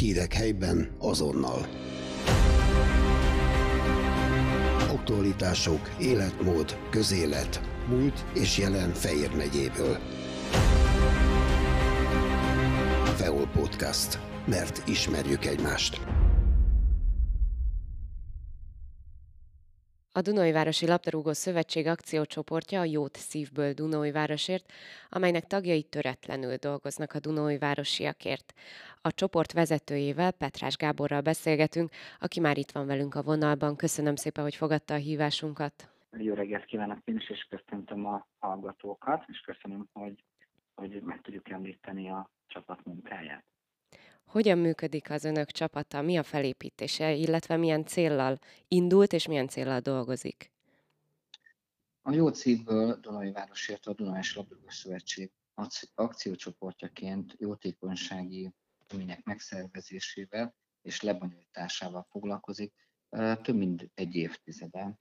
Hírek helyben azonnal. Aktualitások, életmód, közélet, múlt és jelen Fejér megyéből. FEOL Podcast, mert ismerjük egymást. A Dunaújvárosi Labdarúgó Szövetség akciócsoportja a Jót szívből Dunaújvárosért, amelynek tagjai töretlenül dolgoznak a dunaújvárosiakért. A csoport vezetőjével, Petrás Gáborral beszélgetünk, aki már itt van velünk a vonalban. Köszönöm szépen, hogy fogadta a hívásunkat. Jó reggelt kívánok én is, és köszöntöm a hallgatókat, és köszönöm, hogy meg tudjuk említeni a csapat munkáját. Hogyan működik az önök csapata, mi a felépítése, illetve milyen céllal indult és milyen céllal dolgozik? A Jót szívből Dunaújvárosért a Dunaújvárosi Labdarúgó Szövetség akciócsoportjaként jótékonysági események megszervezésével és lebonyolításával foglalkozik több mint egy évtizede.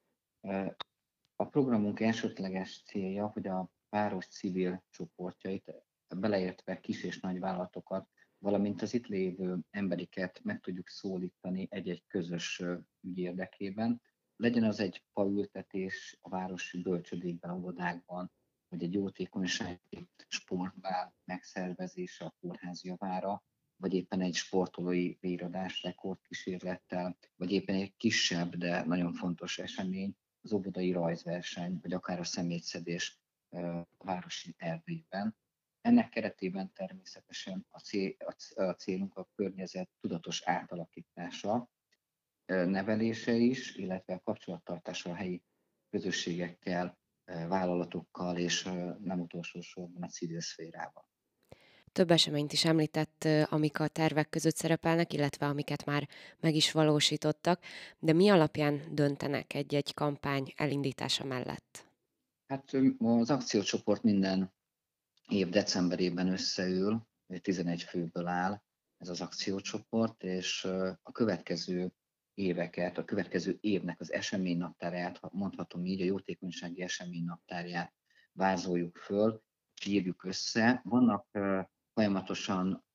A programunk elsődleges célja, hogy a város civil csoportjait, beleértve kis és nagy vállalatokat, valamint az itt lévő emberiket meg tudjuk szólítani egy-egy közös ügy érdekében. Legyen az egy faültetés a városi bölcsödékben, óvodákban, vagy egy jótékonysági sportbál megszervezése a kórház javára, vagy éppen egy sportolói díjazás rekordkísérlettel, vagy éppen egy kisebb, de nagyon fontos esemény, az óvodai rajzverseny, vagy akár a szemétszedés a városi erdőben. Ennek keretében természetesen a célunk a környezet tudatos átalakítása, nevelése is, illetve a kapcsolattartása a helyi közösségekkel, vállalatokkal és nem utolsó sorban a civil szférával. Több eseményt is említett, amik a tervek között szerepelnek, illetve amiket már meg is valósítottak, de mi alapján döntenek egy-egy kampány elindítása mellett? Hát az akciócsoport minden év decemberében összeül, 11 főből áll ez az akciócsoport, és a következő éveket, a következő évnek az eseménynaptárját, mondhatom így, a jótékonysági eseménynaptárját vázoljuk föl, és írjuk össze. Vannak folyamatosan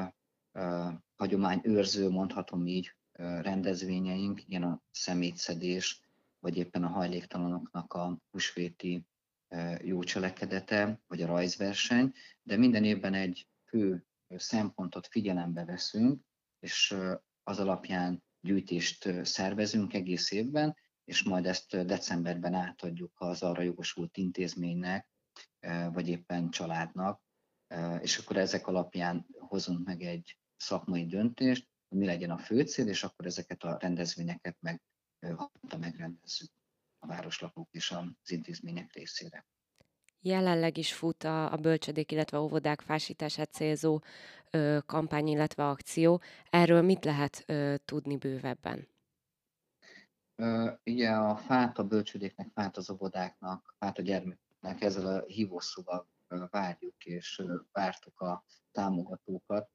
hagyományőrző, mondhatom így, rendezvényeink, ilyen a szemétszedés, vagy éppen a hajléktalanoknak a húsvéti jó cselekedete, vagy a rajzverseny, de minden évben egy fő szempontot figyelembe veszünk, és az alapján gyűjtést szervezünk egész évben, és majd ezt decemberben átadjuk az arra jogosult intézménynek, vagy éppen családnak, és akkor ezek alapján hozunk meg egy szakmai döntést, hogy mi legyen a fő cél, és akkor ezeket a rendezvényeket megrendezzük a városlakók és az intézmények részére. Jelenleg is fut a bölcsödék, illetve óvodák fásítását célzó kampány, illetve akció. Erről mit lehet tudni bővebben? Ugye a fát a bölcsödéknek, fát az óvodáknak, fát a gyermekeknek ezzel a hívószóval várjuk és vártuk a támogatókat,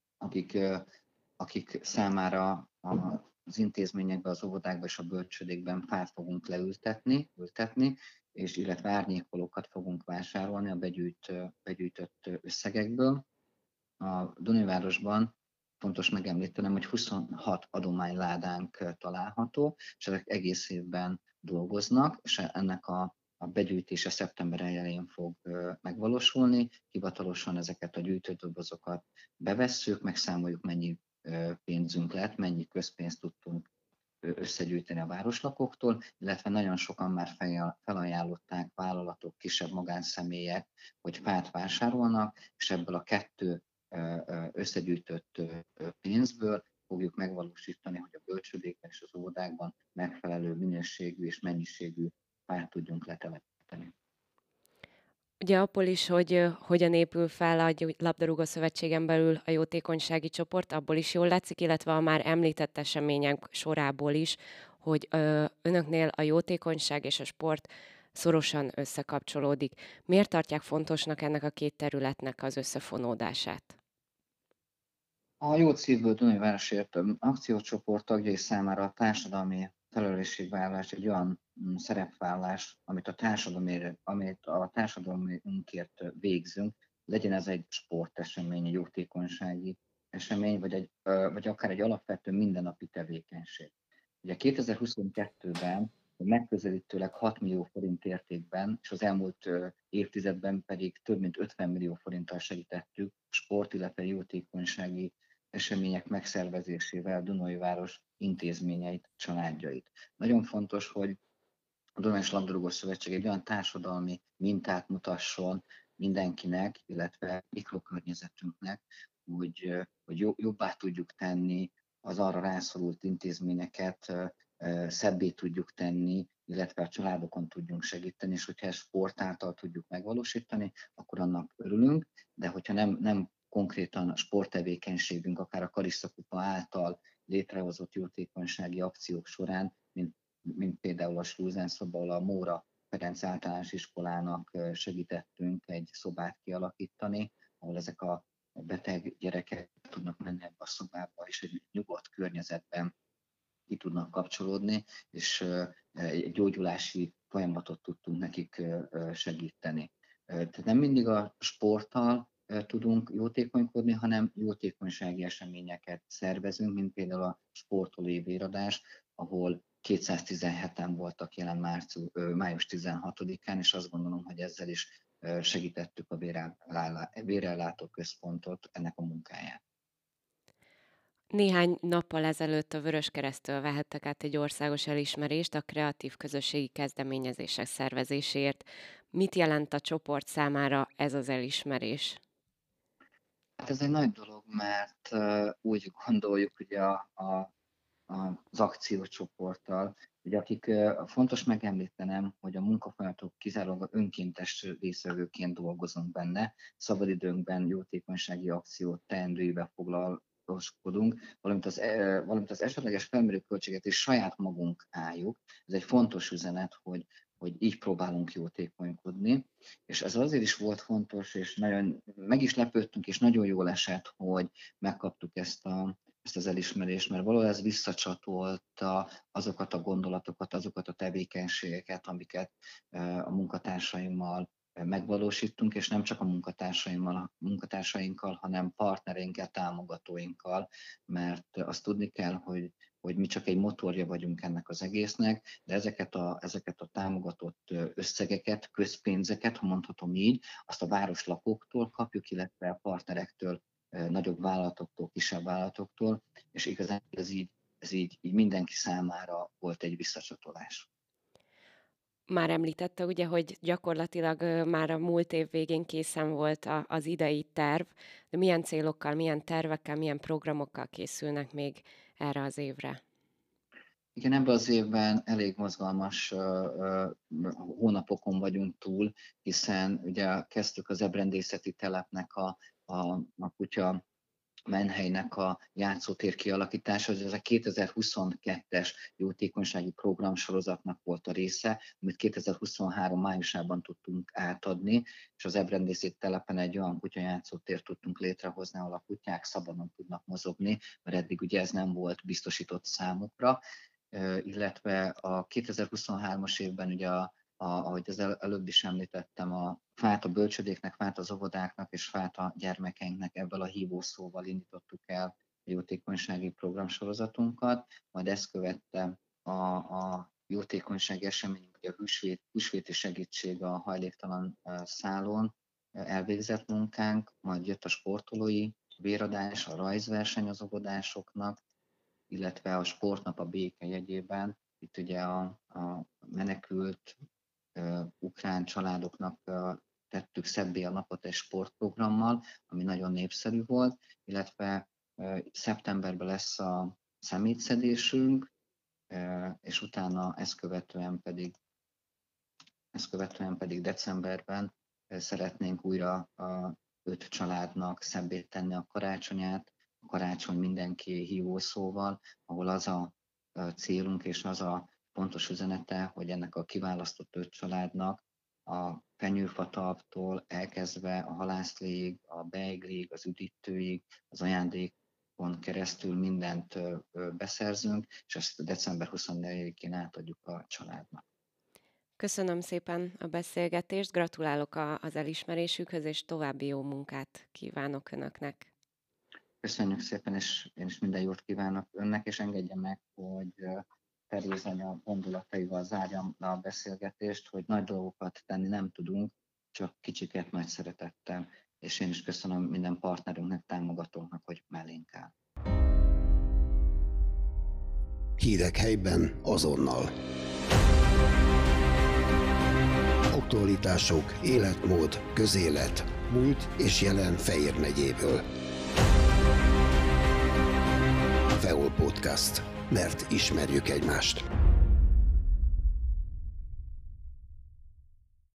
akik számára az intézményekben, az óvodákban és a bölcsödékben fát fogunk ültetni, és illetve árnyékolókat fogunk vásárolni a begyűjtött összegekből. A Dunaújvárosban fontos megemlítenem, hogy 26 adományládánk található, és ezek egész évben dolgoznak, és ennek a begyűjtése szeptember elején fog megvalósulni. Hivatalosan ezeket a gyűjtődobozokat bevesszük, megszámoljuk, mennyi pénzünk lett, mennyi közpénzt tudtunk összegyűjteni a városlakóktól, illetve nagyon sokan már felajánlották vállalatok, kisebb magánszemélyek, hogy fát vásárolnak, és ebből a 2 összegyűjtött pénzből fogjuk megvalósítani, hogy a bölcsödékben és az óvodákban megfelelő minőségű és mennyiségű fát tudjunk letelepíteni. Ugye abból is, hogy hogyan épül fel a Labdarúgó Szövetségen belül a jótékonysági csoport, abból is jól látszik, illetve a már említett események sorából is, hogy önöknél a jótékonyság és a sport szorosan összekapcsolódik. Miért tartják fontosnak ennek a két területnek az összefonódását? A Jót szívből Dunaújvárosért akciócsoport tagjai számára a társadalmi felelősségvállalás egy olyan szerepvállás, amit a társadalmunkért végzünk, legyen ez egy sportesemény, egy jótékonysági esemény, vagy akár egy alapvető mindennapi tevékenység. Ugye 2022-ben megközelítőleg 6 millió forint értékben, és az elmúlt évtizedben pedig több mint 50 millió forinttal segítettük sport, illetve jótékonysági események megszervezésével Dunajváros intézményeit, családjait. Nagyon fontos, hogy a Tudományos Labdarúgó Szövetség egy olyan társadalmi mintát mutasson mindenkinek, illetve mikrokörnyezetünknek, hogy jobbá tudjuk tenni az arra rászorult intézményeket, szebbé tudjuk tenni, illetve a családokon tudjunk segíteni, és hogyha ezt sport által tudjuk megvalósítani, akkor annak örülünk, de hogyha nem konkrétan a sporttevékenységünk, akár a Karissa Kupa által létrehozott jótékonysági akciók során, mint például a Slúzenszoba, ahol a Móra Ferenc általános iskolának segítettünk egy szobát kialakítani, ahol ezek a beteg gyerekek tudnak menni ebbe a szobába, és egy nyugodt környezetben ki tudnak kapcsolódni, és egy gyógyulási folyamatot tudtunk nekik segíteni. Tehát nem mindig a sporttal tudunk jótékonykodni, hanem jótékonysági eseményeket szervezünk, mint például a sportoló évéradás, ahol 217-en voltak jelen május 16-án, és azt gondolom, hogy ezzel is segítettük a Vérellátó Központot, ennek a munkáját. Néhány nappal ezelőtt a Vöröskereszttől vehettek át egy országos elismerést a kreatív közösségi kezdeményezések szervezéséért. Mit jelent a csoport számára ez az elismerés? Hát ez egy nagy dolog, mert úgy gondoljuk, hogy az akciócsoporttal, hogy akik fontos megemlítenem, hogy a munkafolyamatok kizárólag önkéntes részvevőként dolgozunk benne, szabadidőnkben jótékonysági akciót teendőivel foglalkozkodunk, valamint az esetleges felmerülő költséget is saját magunk álljuk. Ez egy fontos üzenet, hogy így próbálunk jótékonykodni, és ez azért is volt fontos, és nagyon meg is lepődtünk, és nagyon jól esett, hogy megkaptuk ezt az elismerést, mert valahol ez visszacsatolta azokat a gondolatokat, azokat a tevékenységeket, amiket a munkatársaimmal megvalósítunk, és nem csak a munkatársainkkal, hanem partnereinkkel, támogatóinkkal, mert azt tudni kell, hogy mi csak egy motorja vagyunk ennek az egésznek, de ezeket a támogatott összegeket, közpénzeket, ha mondhatom így, azt a városlakóktól kapjuk, illetve a partnerektől, nagyobb vállalatoktól, kisebb vállalatoktól, és igazán ez így mindenki számára volt egy visszacsatolás. Már említette ugye, hogy gyakorlatilag már a múlt év végén készen volt az idei terv, de milyen célokkal, milyen tervekkel, milyen programokkal készülnek még erre az évre? Igen, ebben az évben elég mozgalmas hónapokon vagyunk túl, hiszen ugye kezdtük az ebrendészeti telepnek a kutya menhelynek a játszótér kialakítása, ez a 2022-es jótékonysági programsorozatnak volt a része, amit 2023 májusában tudtunk átadni, és az ebrendészeti telepen egy olyan kutyajátszótért tudtunk létrehozni, ahol a kutyák szabadon tudnak mozogni, mert eddig ugye ez nem volt biztosított számukra, illetve a 2023-as évben ugye ahogy az előbb is említettem, a fát a bölcsödéknek, fát az óvodáknak és fát a gyermekeinknek ebből a hívószóval indítottuk el a jótékonysági programsorozatunkat, majd ezt követte a jótékonysági eseményünk, ugye a húsvéti segítség a hajléktalan szálon elvégzett munkánk, majd jött a sportolói véradás, a rajzverseny az óvodásoknak, illetve a sportnap a béke jegyében. Itt ugye a menekült ukrán családoknak tettük szebbé a napot egy sportprogrammal, ami nagyon népszerű volt, illetve szeptemberben lesz a szemétszedésünk, és utána ezt követően pedig decemberben szeretnénk újra 5 családnak szebbé tenni a karácsonyát, a karácsony mindenki hívószóval, ahol az a célunk és az a pontos üzenete, hogy ennek a kiválasztott 5 családnak a fenyőfatalptól elkezdve a halászléig, a beiglig, az üdítőig, az ajándékon keresztül mindent beszerzünk, és ezt december 24-én átadjuk a családnak. Köszönöm szépen a beszélgetést, gratulálok az elismerésükhöz, és további jó munkát kívánok Önöknek. Köszönjük szépen, és én is minden jót kívánok önnek, és engedje meg, hogy Teréz anya gondolataival zárjam le a beszélgetést, hogy nagy dolgokat tenni nem tudunk, csak kicsiket nagy szeretettel. És én is köszönöm minden partnerünknek, támogatónknak, hogy mellénk áll. Hírek helyben azonnal. Aktualitások, életmód, közélet, múlt és jelen Fejér megyéből. FEOL Podcast, mert ismerjük egymást.